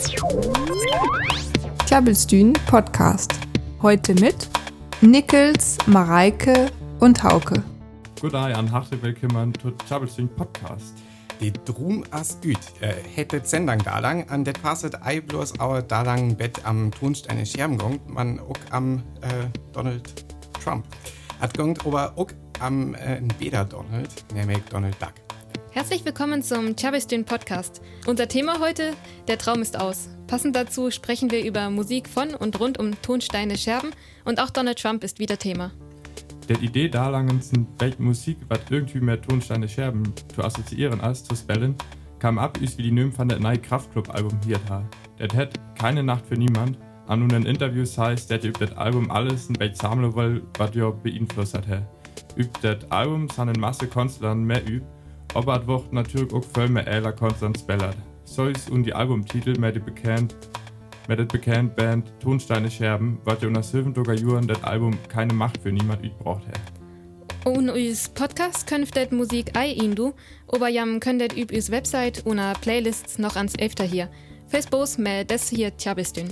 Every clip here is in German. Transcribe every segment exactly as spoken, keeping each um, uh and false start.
Tjabelstühn Podcast. Heute mit Nickels, Mareike und Hauke. Guten Abend und herzlich willkommen zu Tjabelstühn Podcast. Die Drum as üt äh, hätte Sendung dalang, an det passet ei bloß auer dalang Bett am Tonsteine Schermgong, man auch am äh, Donald Trump. Hat gongt aber auch am äh, Beda Donald, nämlich Donald Duck. Herzlich willkommen zum Tjabelstühn Podcast. Unser Thema heute, der Traum ist aus. Passend dazu sprechen wir über Musik von und rund um Tonsteine Scherben und auch Donald Trump ist wieder Thema. Die Idee dalang sind welche Musik, was irgendwie mehr Tonsteine Scherben zu assoziieren als zu spellen, kam ab, ist wie die Nöm von der neue Kraftklub-Album hier hat. Das hat keine Nacht für niemand, an nun in Interviews heißt, dass über das Album alles ein welches sammeln will, was ihr beeinflusst hat. Über das Album sind eine Masse Künstler mehr übt, aber es wird natürlich auch viel mehr älter Künstler spellert. So ist und die Albumtitel mehr die bekannt mit der bekannten Band Tonsteine Scherben, was ja unter siebzig Jahren das Album keine Macht für niemand gebraucht hat. Und uns Podcast könnt das Musik ei in du, aber jam könnt das üb us Website oder Playlists noch ans Efter hier. Facebook mit das hier Tjabelstühn.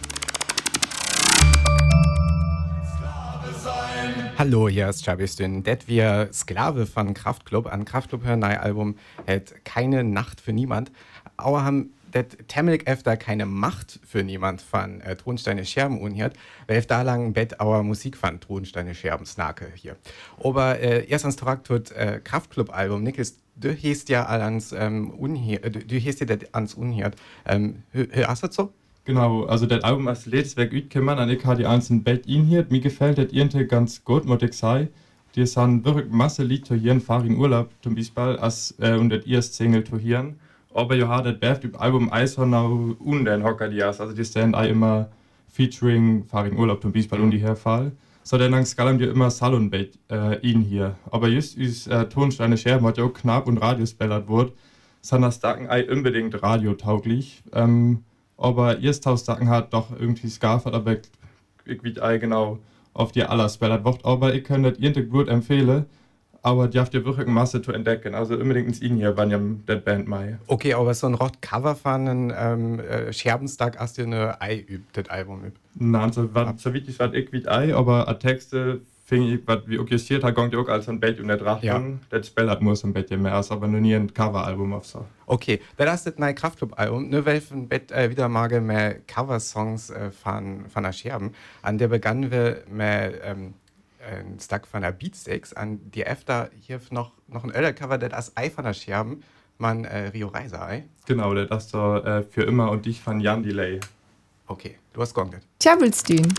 Hallo, hier ist Tjabelstühn. Det wir Sklave von Kraftklub. An Kraftklub hören neue Album hat keine Nacht für niemand. Aber haben det temmelig efter keine Macht für niemand von äh, Tonsteine Scherben unhiert, weil da lang Bett auer Musik von Tonsteine Scherben snake hier. Aber äh, erst ans Tag tut äh, Kraftklub-Album, Nickels, du hießt ja ans ähm, unhiert, äh, du hießt ja das ans unhiert. Ähm, hörst du das so? Genau, also das Album als letztes Werk utgekommen, an ich habe die einzelnen Bett in hier. Mir gefällt das irgendwie ganz gut, muss ich sagen. Die sind wirklich Masse Lied hier, fahren in Urlaub zum Beispiel, als äh, und das erste Single hier. Aber ja, hat das Band über Album Eishorn und den Hocker die also die sind auch immer featuring fahren in Urlaub zum Beispiel und die Herfall. So dann skalam die immer Salonbett äh, in hier. Aber just ist äh, Tonsteine Scherben hat ja auch knapp und Radiospellert wurde, sind das Dacken ei unbedingt radiotauglich. Ähm, aber erst Tausdacken hat doch irgendwie Scarfert, aber irgendwie ei genau auf die aller spellert wird. Aber ich kann das irgendwie gut empfehlen. Aber die habt ihr wirklich eine Masse zu entdecken. Also unbedingt ins In hier, wenn ihr der Band mai. Okay, aber so ein Rock-Cover von einem ähm, äh, Scherbenstag hast du eine Ei übt, das Album übt. Nein, so, wat, so wichtig war ich wie Ei, aber a Texte fing ich, was wie orchestriert hat, gongt auch als ein Bett und der Drachen. Ja. Das spellert muss ein Bett mehr aus, aber nur nie ein Coveralbum auf so. Okay, dann hast du das neue Kraftklub-Album. Nur welchen Bett äh, wieder mal mehr Coversongs äh, von, von der Scherben. An der begannen wir mit ähm, ein Stack von der Beatsteaks, an die öfter hier noch, noch ein öller Cover, das als Ei von der Scherben, man äh, Rio Reiser Ei. Genau, das ist so äh, für immer und dich von Jan Delay. Okay, du hast gonget. Tjabelstühn.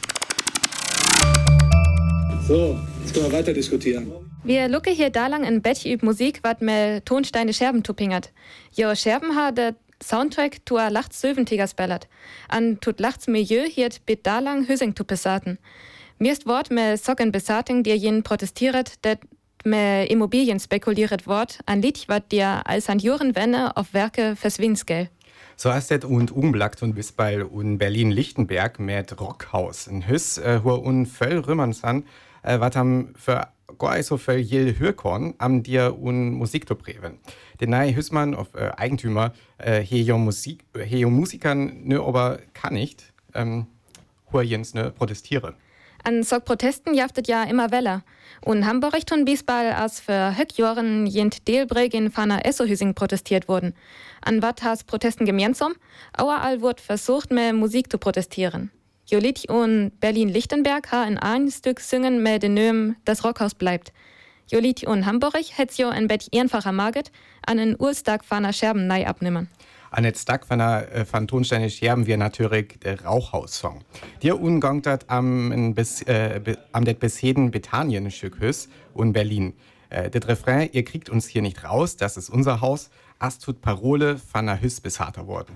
So, jetzt können wir weiter diskutieren. Wir lucke hier da lang ein Bett üb Musik, wat me Tonsteine Scherben tupingert. Jo Scherben ha de Soundtrack tua lachts Söventiger spellert. An tut lachts Milieu hiert bit da lang Hüsing tu besaten. Mir ist Wort me Socken besating, dir jen protestiert, dat me Immobilien spekuliert Wort, an Lied wat dir als an Juren Wenne auf Werke verswinskell. So hast det und umblackt und bis bei un Berlin-Lichtenberg mit Rockhaus. Ein Hüss, äh, wo un völl rümmern san, äh, wat ham für gar so viel jil Hörkorn am dir un Musik zu breven. Den neue Hüssmann auf äh, Eigentümer, äh, hier jo Musik, äh, hier jo Musikern, nö, aber kann nicht, ähm, hur jens nö, protestiere. An so Protesten jaftet ja immer Weller. Und Hamburg tun bisbal als für Höckjoren jent Delbregen fana Essohüsing protestiert wurden. An wat has Protesten gemeinsam? Auerall wird versucht, mehr Musik zu protestieren. Jolit und Berlin-Lichtenberg ha in ein Stück singen mit den Nömen Das Rockhaus bleibt. Jolit und Hamburg hätt's jo ein Bett einfacher maget, an en Urstag fana Scherben nei abnimmern. An den Tag von der äh, von Tonsteine Scherben wir natürlich der Rauchhaus-Song. Der umgangt hat am bis äh, be, am det besheden Bethanien-Stück Hüss und Berlin. Äh, das Refrain, ihr kriegt uns hier nicht raus, das ist unser Haus, as tut Parole von der Hüss bis harter worden.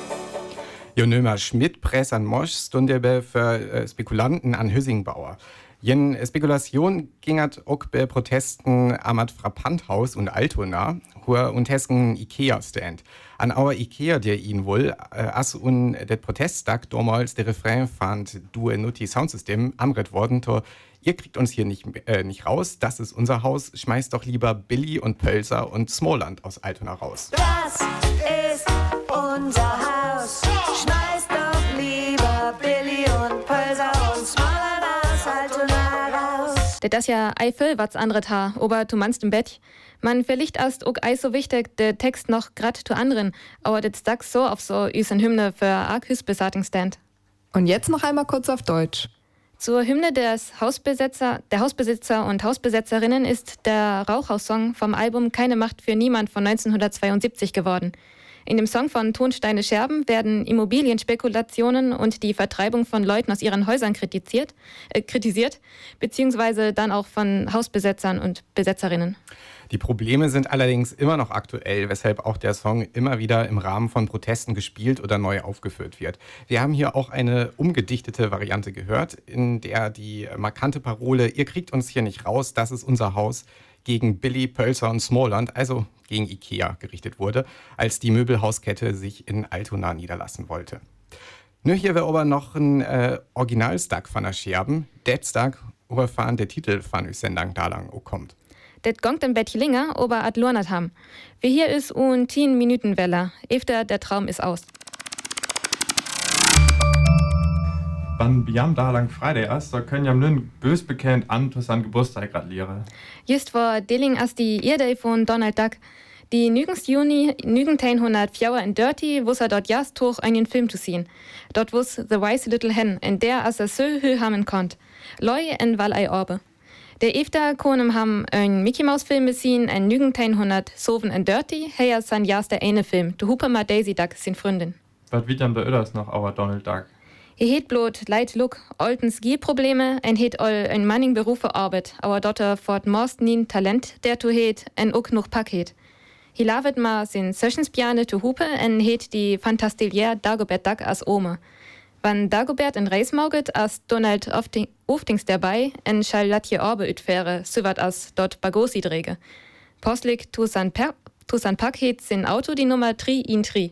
Jonömer Schmidt, Press an Mosch, Stunde für äh, Spekulanten an Hüssingbauer. Jen Spekulation ging hat auch bei Protesten am Frappanthaus und Altona, hur und hesken Ikea-Stand. An our Ikea, der ihn wohl, äh, as un det Protesttag damals der Refrain fand, du nutti Soundsystem amret worden, to, ihr kriegt uns hier nicht, äh, nicht raus, das ist unser Haus, schmeißt doch lieber Billy und Pölser und Smallland aus Altona raus. Das ist unser Haus, schmeißt doch lieber Billy und Pölser und Smallland aus Altona raus. Das ist ja Eifel, was anderes ha, aber du meinst im Bett. Man vielleicht erst auch ei so wichtig, der Text noch grad zu anderen, aber das sagst so auf so üsen Hymne für Arkhüsbesating stand. Und jetzt noch einmal kurz auf Deutsch. Zur Hymne des Hausbesetzer, der Hausbesitzer und Hausbesetzerinnen ist der Rauchhaussong vom Album Keine Macht für Niemand von neunzehnhundertzweiundsiebzig geworden. In dem Song von Tonsteine Scherben werden Immobilienspekulationen und die Vertreibung von Leuten aus ihren Häusern kritisiert, äh, kritisiert, beziehungsweise dann auch von Hausbesetzern und Besetzerinnen. Die Probleme sind allerdings immer noch aktuell, weshalb auch der Song immer wieder im Rahmen von Protesten gespielt oder neu aufgeführt wird. Wir haben hier auch eine umgedichtete Variante gehört, in der die markante Parole "Ihr kriegt uns hier nicht raus, das ist unser Haus" gegen Billy, Pölser und Smallland, also gegen Ikea, gerichtet wurde, als die Möbelhauskette sich in Altona niederlassen wollte. Nur hier wäre aber noch ein äh, Originalstag von der Scherben, der Stag, überfahren der Titel von uns Sendung da lang kommt. Det gongt en Betty Linger, ober at lornat ham. Wir hier ist un zehn Minuten Weller. Efter der Traum ist aus. Wann Biam da lang Friday ist, da können ja nun bös bekannt an zu seinem Geburtstag gratulieren. Just vor Deling as die Erde von Donald Duck. Die nügens Juni neunzehnhundertvierer in Dirty wus er dort jast hoch einen Film zu sehen. Dort wus The Wise Little Hen, in der as er so hö hammen konnt. Loi en Wallei Orbe. Der Efter konem ham ein Mickey Mouse Film gesehen, ein neunzehnhundert Soven and Dirty, heia san jas der eine Film, du Huper ma Daisy Duck sin Freundin. Was wird denn da öders noch auer Donald Duck? He het blot leid look, oltens Gier-Probleme, ein het ol ein Manning Berufe Arbeit, auer dotter fort morst nien Talent, der tu het, en uck noch Pack het. He lavet ma sin Sessionspiane tu Hupe, en het die Fantastilier Dagobert Duck as Ome. Wann Dagobert in Reis mauget, as Donald oftings dabei, en schall latje Orbe ütfäre, süwat as dort Bagosi dräge. Postlik tu san, per, tu san Paket sin Auto die Nummer tri in tri.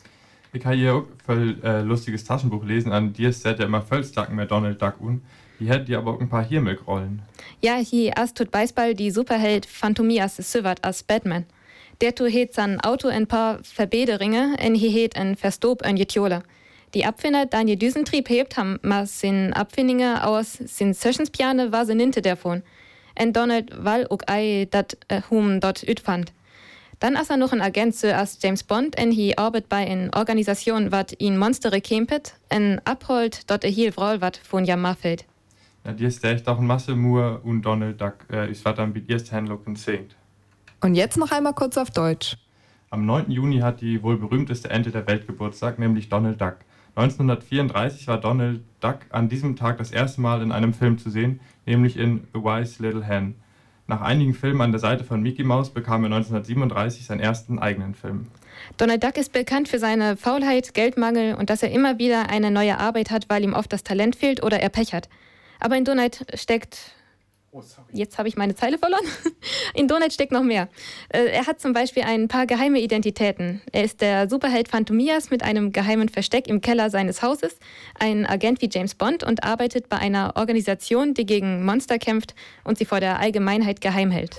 Ich habe hier auch voll äh, lustiges Taschenbuch lesen, an dir seid ja immer Völstacken mit Donald Duck un. Die hätte ja aber auch ein paar Hirmelkrollen. Ja, hier as tut Beisball die Superheld Phantomias süwat as Batman. Der tu het san Auto ein paar Verbederinge, en hi het en Verstob en Jetjola. Die Abfinder, dan je Düsentrieb hebt, haben ma sin Abfinninge aus sin Sessionspiane war se ninte davon. En Donald wall ook ei dat äh, hum dort ütfand. Dann as er noch ein Agent so as James Bond, en hi arbeit bei en Organisation, wat ihn Monstere kämpet, en abholt dort er hiel Vroll wat von Jammerfeld. Ja, dir ist echt auch ein Masse Moore und Donald Duck, äh, ist was dann mit erst Handlock und singt. Und jetzt noch einmal kurz auf Deutsch. Am neunten Juni hat die wohl berühmteste Ente der Welt Geburtstag, nämlich Donald Duck. neunzehnhundertvierunddreißig war Donald Duck an diesem Tag das erste Mal in einem Film zu sehen, nämlich in A Wise Little Hen. Nach einigen Filmen an der Seite von Mickey Mouse bekam er neunzehnhundertsiebenunddreißig seinen ersten eigenen Film. Donald Duck ist bekannt für seine Faulheit, Geldmangel und dass er immer wieder eine neue Arbeit hat, weil ihm oft das Talent fehlt oder er Pech hat. Aber in Donald steckt... Oh, sorry. Jetzt habe ich meine Zeile verloren. In Donald steckt noch mehr. Er hat zum Beispiel ein paar geheime Identitäten. Er ist der Superheld Phantomias mit einem geheimen Versteck im Keller seines Hauses, ein Agent wie James Bond und arbeitet bei einer Organisation, die gegen Monster kämpft und sie vor der Allgemeinheit geheim hält.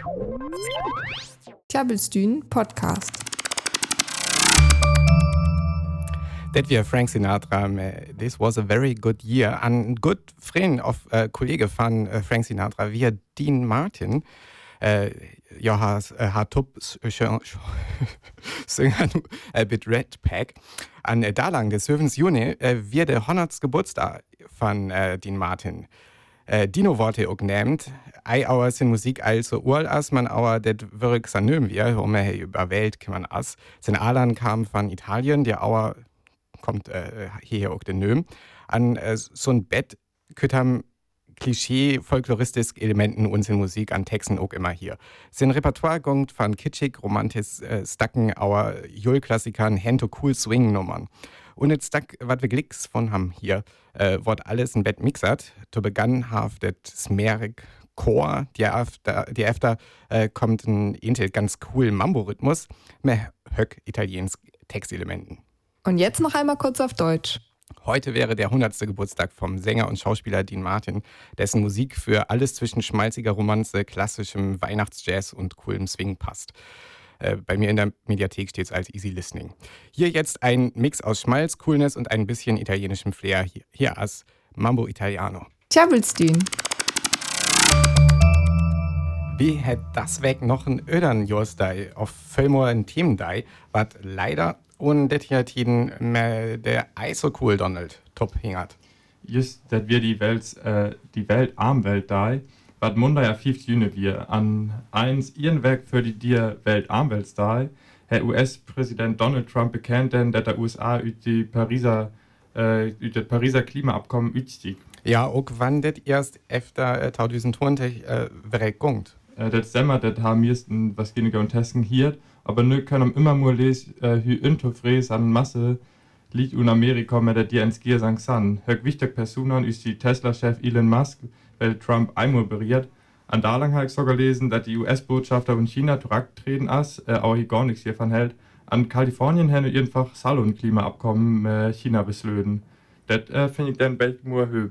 Klabbelstühn Podcast. That wir Frank Sinatra, this was a very good year. Ein good friend of uh, Kollege von uh, Frank Sinatra, wie Dean Martin, uh, ja, has hat top Sänger mit Red Pack. An uh, da lang des siebten Juni uh, wird der hundertste Geburtstag von uh, Dean Martin. Uh, Dino Worte auch nennt, ei auer sin Musik also url as man auer det wirk sanöm wir, um er über Welt kann man as. Sein Alan kam von Italien, der auer kommt äh, hier auch den Nöm, an äh, so ein Bett könnt haben Klischee, folkloristisch Elementen und in Musik an Texten auch immer hier. Sein Repertoire gongt von kitschig, romantisch, äh, Stacken, auer Jul-Klassikern, Hento cool Swing-Nummern. Und jetzt, was wir Glicks von haben hier, äh, wird alles ein Bett mixert. Zu Beginn haft das Smerig Chor, die efter, die efter äh, kommt ein Intel ganz cool Mambo-Rhythmus mit höck italiensk Textelementen. Und jetzt noch einmal kurz auf Deutsch. Heute wäre der hundertste Geburtstag vom Sänger und Schauspieler Dean Martin, dessen Musik für alles zwischen schmalziger Romanze, klassischem Weihnachtsjazz und coolem Swing passt. Äh, bei mir in der Mediathek steht es als Easy Listening. Hier jetzt ein Mix aus Schmalz, Coolness und ein bisschen italienischem Flair. Hier, hier als Mambo Italiano. Tjabelstün. Wie hätt das weg noch ein ödern Jostei auf Fillmore ein Team dei, wat leider und det hier tiden me der ei so cool Donald top hingert. Just, dass wir die Welt, äh, die Welt Armwelt da, was Munda ja fünf Jüne wir an eins ihren Werk für die dir Welt Armwelt da, Herr U S-Präsident Donald Trump bekennt denn, dass der U S A üt die Pariser, äh, üt das Pariser Klimaabkommen ütstieg. Ja, auch wann det erst efter äh, zwanzig zwanzig äh, verrät gungt. Äh, das Semmer, das haben mirsten was weniger und testen hier, aber nö können immer nur lesen, äh, hü intofres an Masse liegt in Amerika mit der dir ins Gier sang san. Höck wichtig Personen ist die Tesla-Chef Elon Musk, weil Trump einmal beriert. An da lang habe ich sogar gelesen, dass die U S-Botschafter in China zurücktreten ist, äh, auch hier gar nichts hiervon hält. An Kalifornien haben einfach Salon-Klimaabkommen mit China beslöden. Das äh, finde ich dann bald nur höh.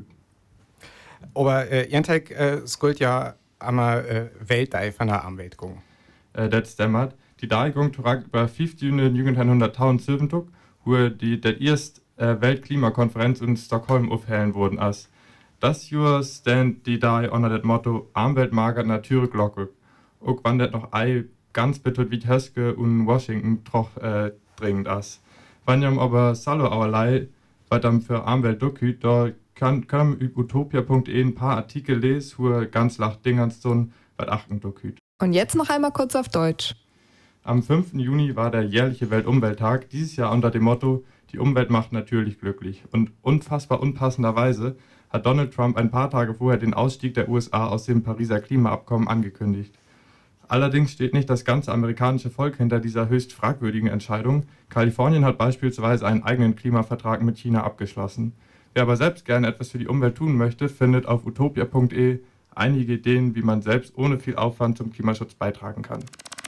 Aber äh, Jentag äh, skult ja einmal äh, Weltdei von der Armweltgung. Äh, das stimmt. Die Deigung trug über fünfzehn hunderttausend Silbentuck, wo die der erste äh, Weltklimakonferenz in Stockholm aufhellen worden ist. Das Jahr stand die da unter dem Motto Armwelt magert Natur glocke. Auch wann das noch ei ganz betont wie Höske und Washington troch äh, dringend ist. Wenn jam aber Salo auerlei, was dann für Armwelt doküt, da kann kann über utopia punkt e ein paar Artikel lesen, wo ganz lacht Dingans so was achten doküt. Und jetzt noch einmal kurz auf Deutsch. Am fünften Juni war der jährliche Weltumwelttag, dieses Jahr unter dem Motto Die Umwelt macht natürlich glücklich. Und unfassbar unpassenderweise hat Donald Trump ein paar Tage vorher den Ausstieg der U S A aus dem Pariser Klimaabkommen angekündigt. Allerdings steht nicht das ganze amerikanische Volk hinter dieser höchst fragwürdigen Entscheidung. Kalifornien hat beispielsweise einen eigenen Klimavertrag mit China abgeschlossen. Wer aber selbst gerne etwas für die Umwelt tun möchte, findet auf utopia punkt e einige Ideen, wie man selbst ohne viel Aufwand zum Klimaschutz beitragen kann.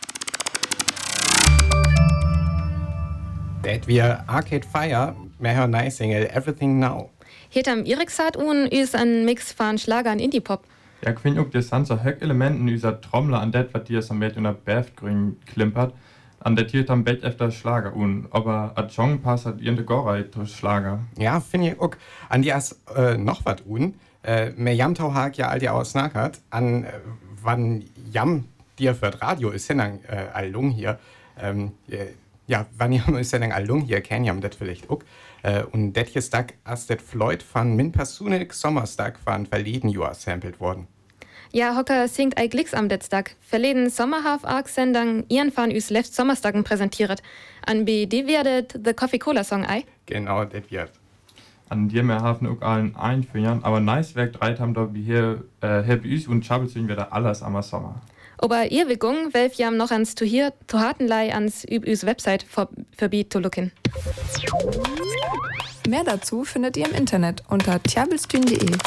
Det wir Arcade Fire, mehr hör nice Single Everything Now. Hier am Eriksat un ist ein Mix von Schlager und Indie-Pop. Ja, ich finde auch, das sind so Höck-Elementen dieser Trommler an das, was dir so mit in der Berftgrün klimpert, an der Tier am Bett öfter Schlager un. Aber a Song passt hat irgende Gorei durch Schlager. Ja, finde ich auch. An die as äh, noch wat un. Äh, mehr Jamtau hag ja all die ausnackert. An äh, wann Jam dir für das Radio ist hin äh, allung hier. Ähm, äh, ja, wann Jam ist hin allung hier, kenn Jam das vielleicht auch. Uh, und det hier Stag as det Floyd von min persönlich Sommerstag von verleden Jahr sampled worden. Ja, Hocker singt ei Glicks am Dettstag. Verleden Sommerhaf arg Sendang ihren von üs left Sommerstagen präsentiert. An B D werdet The Coffee Cola Song ei. Genau, det wird. An dir mehr haben auch allen einführen, aber nice Werk dreit haben da wie hier, äh, hier bei uns und Schabels sind wir da alles am Sommer. Aber ihr Wigung, welf jam noch ans zu hier, zu hartenlei ans üs Website vor, verbiet zu looken. Mehr dazu findet ihr im Internet unter tjabelstün punkt de.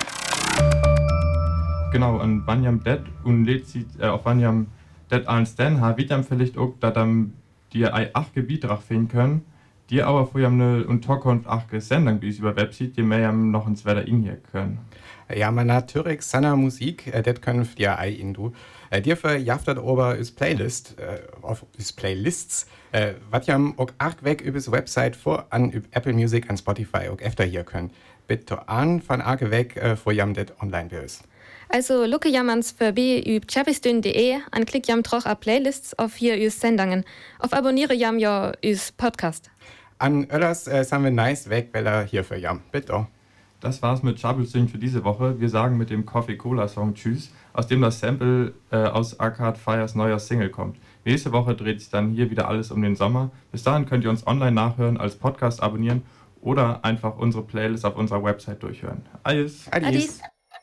Genau, an Wanjam det und lädt sie äh, auf Wanjam det allen Stan ha, wie dann vielleicht auch, dass dann die ei acht Gebiete drauf finden können, die aber vorher ne und Talk acht Sendung bis über Website, die mehr noch ins Wetter in hier können. Ja, man natürlich seiner Musik, äh, det können wir ei in du. Äh, dafür jaftet ober is Playlist, äh, auf is Playlists, äh, wat jam auch arg weg übers Website vor an üb Apple Music an Spotify auch öfter hier können. Bitte an von arge weg, äh, vor jam det online bist. Also lucke jam ans verbi üb tjabelstün punkt de, anklick jam troch a Playlists auf hier üs Sendungen. Auf abonniere jam ja üs Podcast. An Öllers äh, sind wir nice weg, weil er hier für jam. Bitte. Das war's mit Tjabelstün für diese Woche. Wir sagen mit dem Coffee Cola Song Tschüss, aus dem das Sample äh, aus Arcade Fires neuer Single kommt. Nächste Woche dreht sich dann hier wieder alles um den Sommer. Bis dahin könnt ihr uns online nachhören, als Podcast abonnieren oder einfach unsere Playlist auf unserer Website durchhören. Adios. Adies.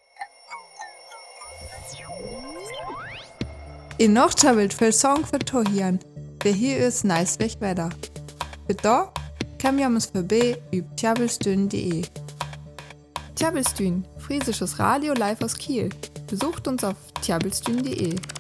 In noch tjabelt für Song für Tohian. Wer hier ist nice weg weiter. Bitte? Kam jammers vorbei über tjabelstün punkt de. Tjabelstün, friesisches Radio live aus Kiel. Besucht uns auf tjabelstün punkt de.